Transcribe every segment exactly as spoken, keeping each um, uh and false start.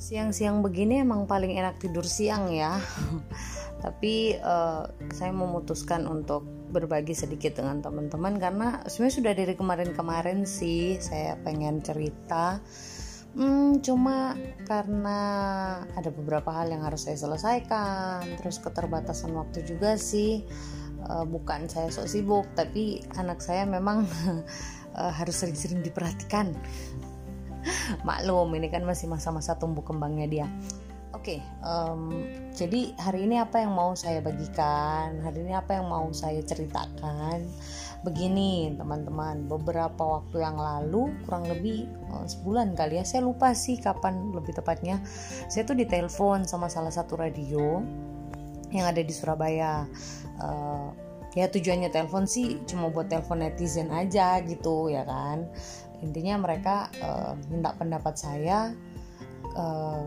Siang-siang begini emang paling enak tidur siang ya. Tapi uh, saya memutuskan untuk berbagi sedikit dengan teman-teman karena sebenarnya sudah dari kemarin-kemarin sih saya pengen cerita. Hmm, cuma karena ada beberapa hal yang harus saya selesaikan, terus keterbatasan waktu juga sih. Uh, bukan saya sok sibuk, tapi anak saya memang uh, harus sering-sering diperhatikan. Maklum, ini kan masih masa-masa tumbuh kembangnya dia. Oke, okay, um, jadi hari ini apa yang mau saya bagikan? Hari ini apa yang mau saya ceritakan? Begini teman-teman, beberapa waktu yang lalu, kurang lebih uh, sebulan kali ya, saya lupa sih kapan lebih tepatnya. Saya tuh ditelepon sama salah satu radio yang ada di Surabaya. Uh, ya tujuannya telepon sih cuma buat telepon netizen aja gitu ya kan. Intinya mereka uh, minta pendapat saya uh,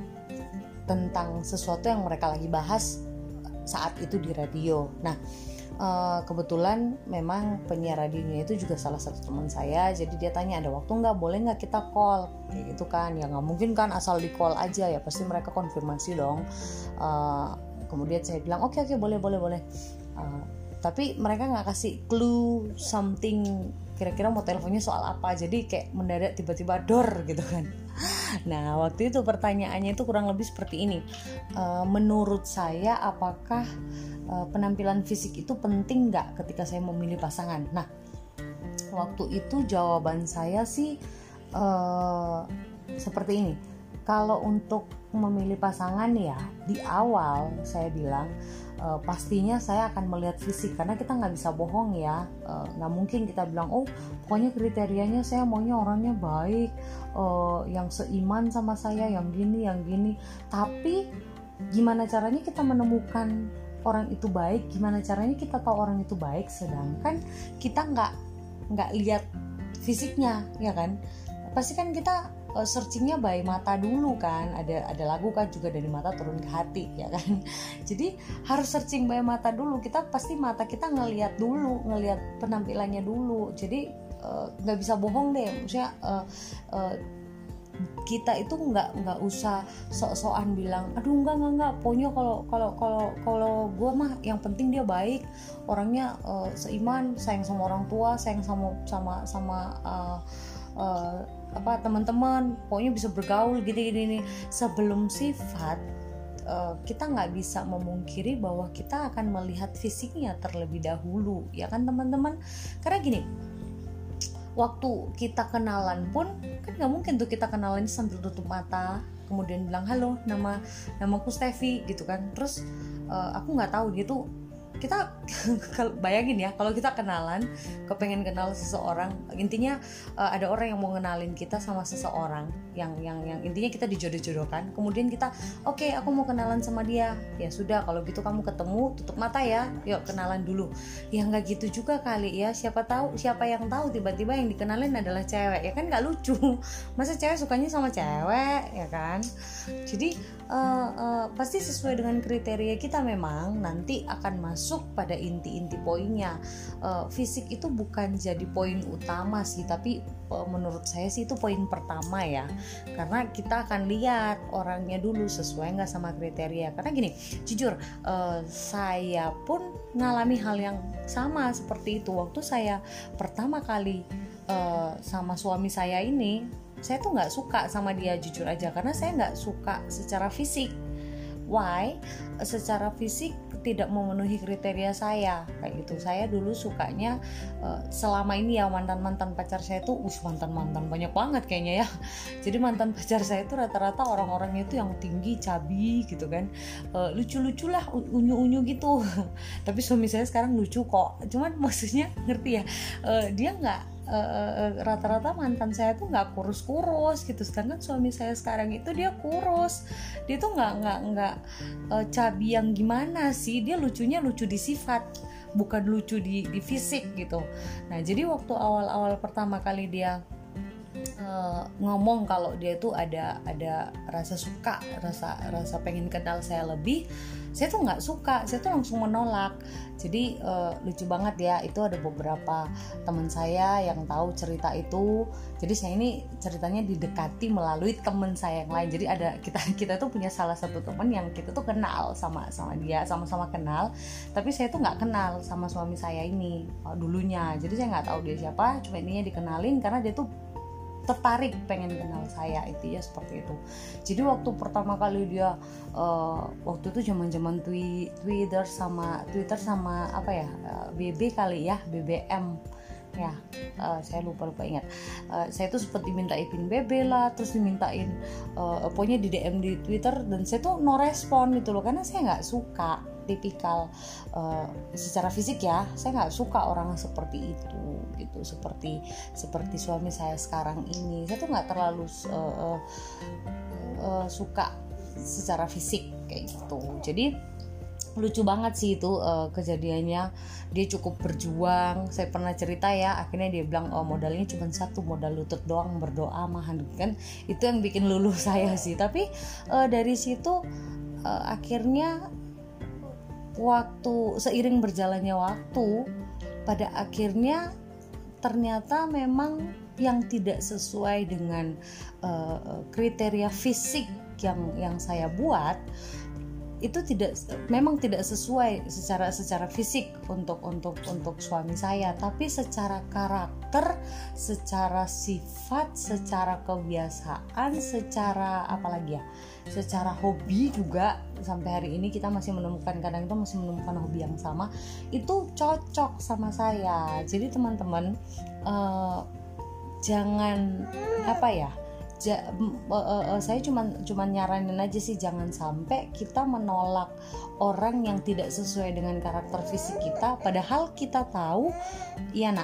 tentang sesuatu yang mereka lagi bahas saat itu di radio. Nah, uh, kebetulan memang penyiar radionya itu juga salah satu teman saya. Jadi dia tanya, ada waktu nggak, boleh nggak kita call? Kayak gitu kan, ya nggak mungkin kan asal di call aja ya, pasti mereka konfirmasi dong. Uh, kemudian saya bilang oke okay, oke okay, boleh boleh boleh. Uh, tapi mereka nggak kasih clue something, kira-kira mau teleponnya soal apa, jadi kayak mendadak tiba-tiba dor gitu kan. Nah waktu itu pertanyaannya itu kurang lebih seperti ini, e, menurut saya apakah e, penampilan fisik itu penting nggak ketika saya memilih pasangan? Nah waktu itu jawaban saya sih e, seperti ini. Kalau untuk memilih pasangan ya di awal saya bilang Uh, pastinya saya akan melihat fisik, karena kita nggak bisa bohong ya, uh, nggak mungkin kita bilang oh pokoknya kriterianya saya maunya orangnya baik, uh, yang seiman sama saya, yang gini yang gini. Tapi gimana caranya kita menemukan orang itu baik, gimana caranya kita tahu orang itu baik sedangkan kita nggak nggak lihat fisiknya ya kan. Pasti kan kita searchingnya by mata dulu kan, ada ada lagu kan juga dari mata turun ke hati ya kan. Jadi harus searching by mata dulu, kita pasti mata kita ngelihat dulu, ngelihat penampilannya dulu. Jadi nggak uh, bisa bohong deh, maksudnya uh, uh, kita itu nggak nggak usah sok-sokan bilang aduh enggak enggak enggak pokoknya kalau kalau kalau kalau gue mah yang penting dia baik, orangnya uh, seiman, sayang sama orang tua, sayang sama sama sama uh, uh, apa teman-teman, pokoknya bisa bergaul gini-gini. Sebelum sifat, uh, kita nggak bisa memungkiri bahwa kita akan melihat fisiknya terlebih dahulu ya kan teman-teman. Karena gini, waktu kita kenalan pun kan nggak mungkin tuh kita kenalan sambil tutup mata kemudian bilang halo, nama namaku Steffi gitu kan. Terus uh, aku nggak tahu dia tuh, kita bayangin ya kalau kita kenalan, kepengen kenal seseorang, intinya uh, ada orang yang mau ngenalin kita sama seseorang yang yang yang intinya kita dijodoh-jodohkan, kemudian kita oke okay, aku mau kenalan sama dia, ya sudah kalau gitu kamu ketemu tutup mata ya, yuk kenalan dulu. Ya nggak gitu juga kali ya, siapa tahu siapa yang tahu tiba-tiba yang dikenalin adalah cewek, ya kan nggak lucu. Masa cewek sukanya sama cewek ya kan. Jadi uh, uh, pasti sesuai dengan kriteria kita memang nanti akan masuk pada inti-inti poinnya. Uh, fisik itu bukan jadi poin utama sih, tapi uh, menurut saya sih itu poin pertama ya, karena kita akan lihat orangnya dulu sesuai nggak sama kriteria. Karena gini, jujur uh, saya pun ngalami hal yang sama seperti itu waktu saya pertama kali uh, sama suami saya ini. Saya tuh nggak suka sama dia jujur aja, karena saya nggak suka secara fisik. Why? Secara fisik tidak memenuhi kriteria saya kayak gitu. Saya dulu sukanya uh, selama ini ya mantan-mantan pacar saya tuh, us mantan-mantan banyak banget kayaknya ya. Jadi mantan pacar saya itu rata-rata orang-orangnya itu yang tinggi, cabi gitu kan, uh, lucu-lucu lah, unyu-unyu gitu. Tapi suami saya sekarang lucu kok. Cuman maksudnya ngerti ya, uh, dia nggak Uh, rata-rata mantan saya tuh nggak kurus-kurus gitu, sedangkan suami saya sekarang itu dia kurus. Dia tuh nggak nggak nggak uh, cabi yang gimana sih, dia lucunya lucu di sifat, bukan lucu di di fisik gitu. Nah jadi waktu awal-awal pertama kali dia uh, ngomong kalau dia tuh ada ada rasa suka, rasa rasa pengen kenal saya lebih, saya tuh nggak suka, saya tuh langsung menolak. Jadi uh, lucu banget ya, itu ada beberapa teman saya yang tahu cerita itu. Jadi saya ini ceritanya didekati melalui teman saya yang lain. Jadi ada kita kita tuh punya salah satu teman yang kita tuh kenal sama sama dia, sama-sama kenal. Tapi saya tuh nggak kenal sama suami saya ini uh, dulunya. Jadi saya nggak tahu dia siapa, cuma intinya dikenalin karena dia tuh tertarik pengen kenal saya, itu ya seperti itu. Jadi waktu pertama kali dia uh, waktu itu zaman-zaman twi- Twitter sama Twitter sama apa ya uh, B B kali ya, B B M ya, uh, saya lupa lupa ingat. Uh, saya tuh sempat dimintain B B lah, terus dimintain uh, pokoknya di D M di Twitter, dan saya tuh no respon gitu loh, karena saya nggak suka tipikal uh, secara fisik ya, saya nggak suka orang seperti itu gitu, seperti seperti suami saya sekarang ini. Saya tuh nggak terlalu uh, uh, uh, suka secara fisik kayak gitu. Jadi lucu banget sih itu uh, kejadiannya. Dia cukup berjuang. Saya pernah cerita ya, akhirnya dia bilang oh modalnya cuma satu, modal lutut doang, berdoa mah kan. Itu yang bikin luluh saya sih. Tapi uh, dari situ uh, akhirnya waktu seiring berjalannya waktu, pada akhirnya ternyata memang yang tidak sesuai dengan uh, kriteria fisik yang yang saya buat itu tidak memang tidak sesuai secara secara fisik untuk untuk untuk suami saya, tapi secara karakter, secara sifat, secara kebiasaan, secara apalagi ya, secara hobi juga sampai hari ini kita masih menemukan, kadang itu masih menemukan hobi yang sama, itu cocok sama saya. Jadi teman-teman uh, jangan apa ya, Ja, uh, uh, uh, saya cuma cuma nyaranin aja sih, jangan sampai kita menolak orang yang tidak sesuai dengan karakter fisik kita, padahal kita tahu, iya nak,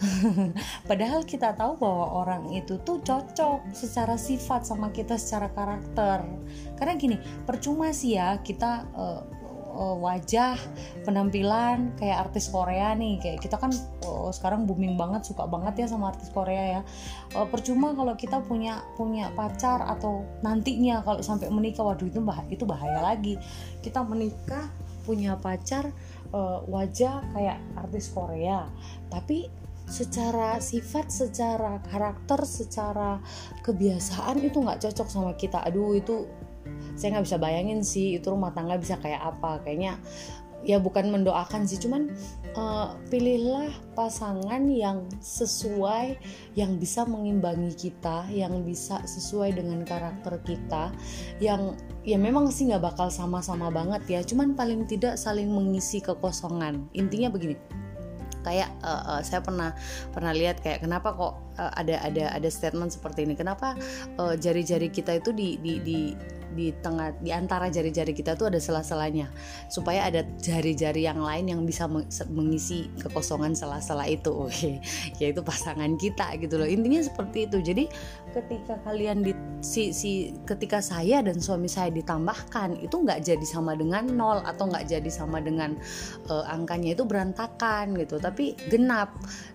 padahal kita tahu bahwa orang itu tuh cocok secara sifat sama kita, secara karakter. Karena gini, percuma sih ya kita uh, wajah, penampilan kayak artis Korea nih, kayak kita kan oh, sekarang booming banget, suka banget ya sama artis Korea ya. Uh, percuma kalau kita punya punya pacar atau nantinya kalau sampai menikah, waduh itu bah itu bahaya lagi. Kita menikah punya pacar uh, wajah kayak artis Korea, tapi secara sifat, secara karakter, secara kebiasaan itu nggak cocok sama kita. Aduh itu saya nggak bisa bayangin sih itu rumah tangga bisa kayak apa. Kayaknya ya bukan mendoakan sih, cuman uh, pilihlah pasangan yang sesuai, yang bisa mengimbangi kita, yang bisa sesuai dengan karakter kita, yang ya memang sih nggak bakal sama-sama banget ya, cuman paling tidak saling mengisi kekosongan. Intinya begini, kayak uh, uh, saya pernah pernah lihat kayak kenapa kok uh, ada ada ada statement seperti ini, kenapa uh, jari-jari kita itu di di di di tengah di antara jari-jari kita tuh ada sela-selanya, supaya ada jari-jari yang lain yang bisa mengisi kekosongan sela-sela itu, oke, yaitu pasangan kita gitu loh. Intinya seperti itu. Jadi ketika kalian di si, si ketika saya dan suami saya ditambahkan, itu nggak jadi sama dengan nol atau nggak jadi sama dengan uh, angkanya itu berantakan gitu, tapi genap.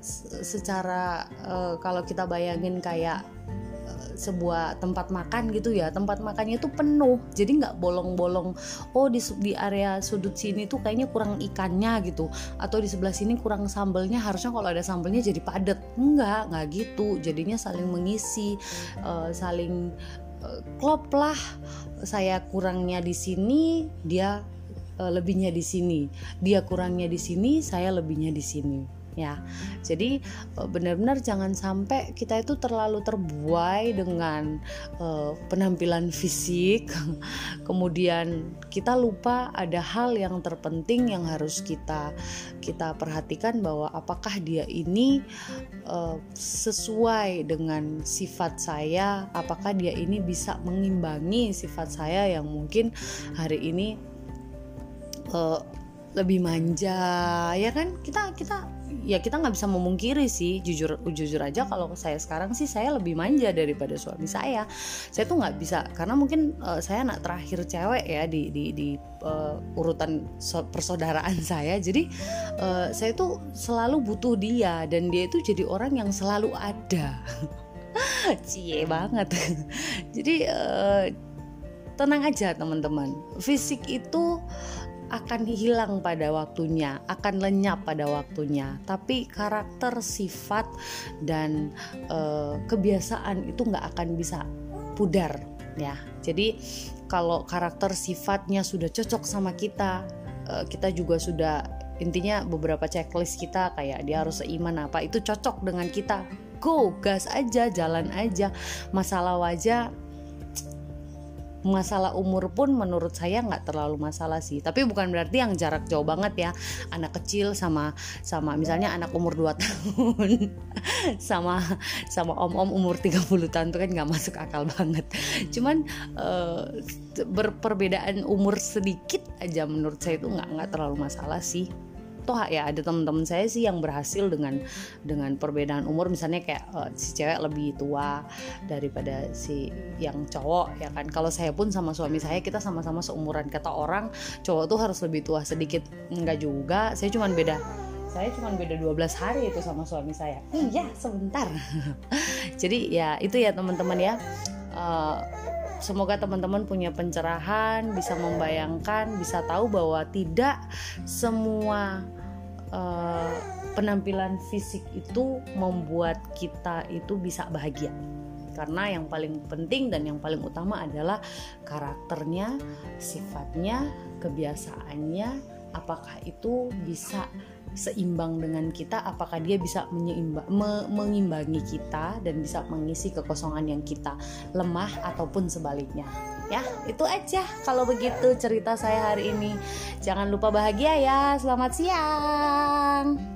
Secara uh, kalau kita bayangin kayak sebuah tempat makan gitu ya, tempat makannya itu penuh, jadi nggak bolong-bolong, oh di, di area sudut sini tuh kayaknya kurang ikannya gitu, atau di sebelah sini kurang sambelnya, harusnya kalau ada sambelnya jadi padat. Enggak, nggak gitu, jadinya saling mengisi, uh, saling uh, klop lah. Saya kurangnya di sini, dia uh, lebihnya di sini, dia kurangnya di sini, saya lebihnya di sini. Ya, jadi benar-benar jangan sampai kita itu terlalu terbuai dengan uh, penampilan fisik, kemudian kita lupa ada hal yang terpenting yang harus kita kita perhatikan, bahwa apakah dia ini uh, sesuai dengan sifat saya, apakah dia ini bisa mengimbangi sifat saya yang mungkin hari ini uh, lebih manja, ya kan, kita kita ya kita nggak bisa memungkiri sih, jujur jujur aja kalau saya sekarang sih saya lebih manja daripada suami saya. Saya tuh nggak bisa, karena mungkin uh, saya anak terakhir cewek ya di di di uh, urutan so, persaudaraan saya. Jadi uh, saya tuh selalu butuh dia, dan dia itu jadi orang yang selalu ada. Cie banget. Jadi uh, tenang aja teman-teman, fisik itu akan hilang pada waktunya, akan lenyap pada waktunya. Tapi karakter, sifat, dan uh, kebiasaan itu nggak akan bisa pudar ya. Jadi kalau karakter sifatnya sudah cocok sama kita, uh, kita juga sudah, intinya beberapa checklist kita kayak dia harus seiman apa, itu cocok dengan kita, go, gas aja, jalan aja. Masalah wajah, masalah umur pun menurut saya nggak terlalu masalah sih. Tapi bukan berarti yang jarak jauh banget ya, anak kecil sama sama misalnya anak umur dua tahun sama sama om-om umur tiga puluh tahun itu kan nggak masuk akal banget. Cuman uh, berperbedaan umur sedikit aja menurut saya itu nggak nggak terlalu masalah sih. Toh ya ada teman-teman saya sih yang berhasil dengan dengan perbedaan umur, misalnya kayak uh, si cewek lebih tua daripada si yang cowok ya kan. Kalau saya pun sama suami saya, kita sama-sama seumuran, kata orang cowok tuh harus lebih tua sedikit, enggak juga, saya cuman beda saya cuman beda dua belas hari itu sama suami saya. Iya sebentar. Jadi ya itu ya teman-teman ya, uh, semoga teman-teman punya pencerahan, bisa membayangkan, bisa tahu bahwa tidak semua uh, penampilan fisik itu membuat kita itu bisa bahagia. Karena yang paling penting dan yang paling utama adalah karakternya, sifatnya, kebiasaannya, apakah itu bisa seimbang dengan kita, apakah dia bisa menyeimbang, me, mengimbangi kita dan bisa mengisi kekosongan yang kita lemah ataupun sebaliknya. Ya, itu aja kalau begitu cerita saya hari ini. Jangan lupa bahagia ya. Selamat siang.